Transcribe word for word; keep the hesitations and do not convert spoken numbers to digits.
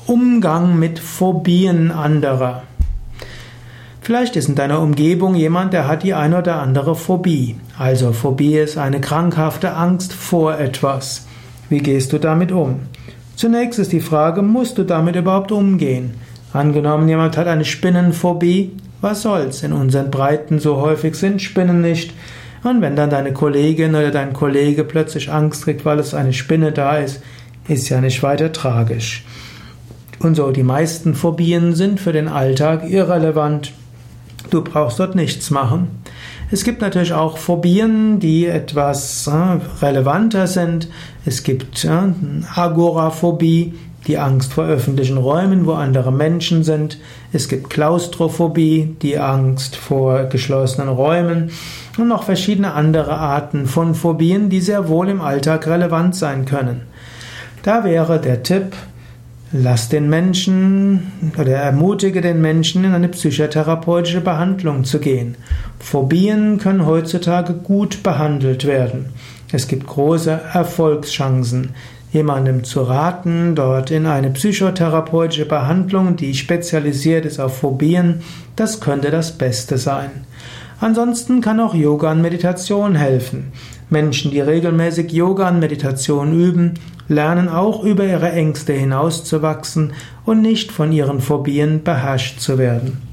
Umgang mit Phobien anderer. Vielleicht ist in deiner Umgebung jemand, der hat die eine oder andere Phobie. Also Phobie ist eine krankhafte Angst vor etwas. Wie gehst du damit um? Zunächst ist die Frage, musst du damit überhaupt umgehen? Angenommen, jemand hat eine Spinnenphobie, was soll's? In unseren Breiten so häufig sind Spinnen nicht. Und wenn dann deine Kollegin oder dein Kollege plötzlich Angst kriegt, weil es eine Spinne da ist, ist ja nicht weiter tragisch. Und so, die meisten Phobien sind für den Alltag irrelevant. Du brauchst dort nichts machen. Es gibt natürlich auch Phobien, die etwas äh, relevanter sind. Es gibt äh, Agoraphobie, die Angst vor öffentlichen Räumen, wo andere Menschen sind. Es gibt Klaustrophobie, die Angst vor geschlossenen Räumen. Und noch verschiedene andere Arten von Phobien, die sehr wohl im Alltag relevant sein können. Da wäre der Tipp, lass den Menschen oder ermutige den Menschen, in eine psychotherapeutische Behandlung zu gehen. Phobien können heutzutage gut behandelt werden. Es gibt große Erfolgschancen. Jemandem zu raten, dort in eine psychotherapeutische Behandlung, die spezialisiert ist auf Phobien, das könnte das Beste sein. Ansonsten kann auch Yoga und Meditation helfen. Menschen, die regelmäßig Yoga und Meditation üben, lernen auch über ihre Ängste hinauszuwachsen und nicht von ihren Phobien beherrscht zu werden.